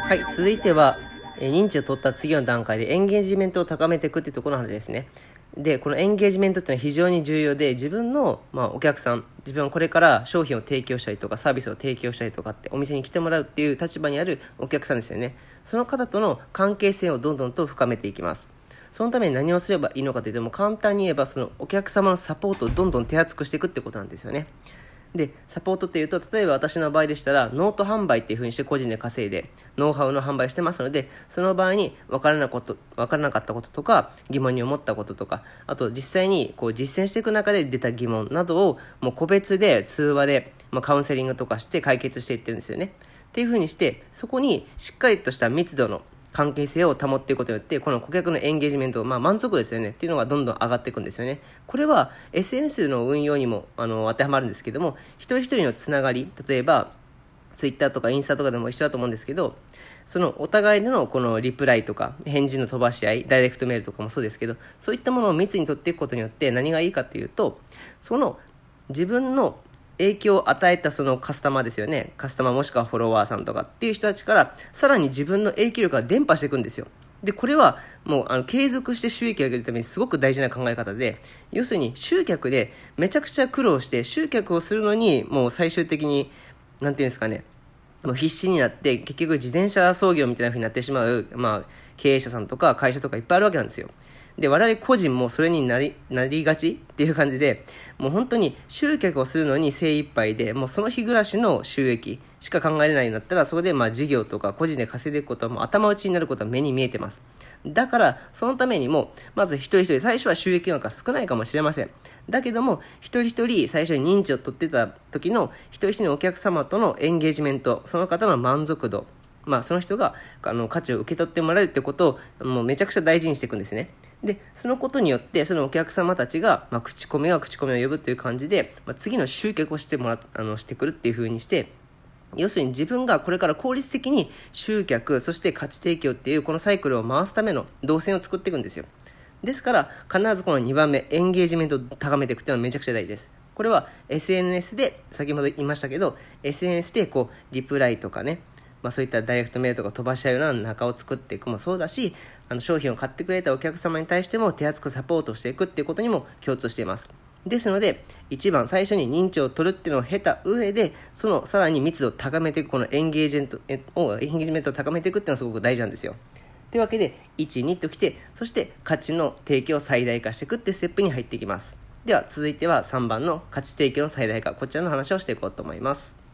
はい、続いては、認知を取った次の段階でエンゲージメントを高めていくっていうところの話ですね。で、このエンゲージメントっていうのは非常に重要で、自分の、お客さん、自分はこれから商品を提供したりとかサービスを提供したりとかってお店に来てもらうっていう立場にあるお客さんですよね。その方との関係性をどんどんと深めていきます。そのために何をすればいいのかというと、も簡単に言えばそのお客様のサポートをどんどん手厚くしていくってことなんですよね。で、サポートっていうと、例えば私の場合でしたら、ノート販売っていう風にして個人で稼いで、ノウハウの販売してますので、その場合に分からなかったこととか、疑問に思ったこととか、あと実際にこう実践していく中で出た疑問などを、もう個別で通話で、カウンセリングとかして解決していってるんですよね。っていう風にして、そこにしっかりとした密度の関係性を保っていくことによって、この顧客のエンゲージメント、満足ですよねっていうのがどんどん上がっていくんですよね。これは SNS の運用にも当てはまるんですけども、一人一人のつながり、例えば Twitter とかインスタとかでも一緒だと思うんですけど、そのお互いでのこのリプライとか返事の飛ばし合い、ダイレクトメールとかもそうですけど、そういったものを密に取っていくことによって何がいいかっていうと、その自分の影響を与えたそのカスタマーですよね。カスタマーもしくはフォロワーさんとかっていう人たちからさらに自分の影響力が伝播していくんですよ。で、これはもう継続して収益を上げるためにすごく大事な考え方で、要するに集客でめちゃくちゃ苦労して集客をするのにもう最終的になんていうんですかね、もう必死になって結局自転車操業みたいな風になってしまう、経営者さんとか会社とかいっぱいあるわけなんですよ。で、我々個人もそれになりがちっていう感じで、もう本当に集客をするのに精一杯で、もうその日暮らしの収益しか考えれないんだったら、そこで事業とか個人で稼いでいくことはもう頭打ちになることは目に見えてます。だから、そのためにも、まず一人一人、最初は収益なんか少ないかもしれません。だけども、一人一人、最初に認知を取ってた時の、一人一人のお客様とのエンゲージメント、その方の満足度、その人が価値を受け取ってもらえるってことをもうめちゃくちゃ大事にしていくんですね。で、そのことによってそのお客様たちが、口コミが口コミを呼ぶという感じで、次の集客をしてくるっていう風にして、要するに自分がこれから効率的に集客、そして価値提供っていうこのサイクルを回すための動線を作っていくんですよ。ですから必ずこの2番目、エンゲージメントを高めていくっていうのはめちゃくちゃ大事です。これは SNS で、先ほど言いましたけど、 SNS でリプライとかね、そういったダイレクトメールとか飛ばし合うような中を作っていくもそうだし、商品を買ってくれたお客様に対しても手厚くサポートしていくっていうことにも共通しています。ですので、一番最初に認知を取るっていうのを経た上で、そのさらに密度を高めていく、このエンゲージメントを高めていくっていうのはすごく大事なんですよ。というわけで、1、2ときて、そして価値の提供を最大化していくっていうステップに入っていきます。では続いては3番の価値提供の最大化、こちらの話をしていこうと思います。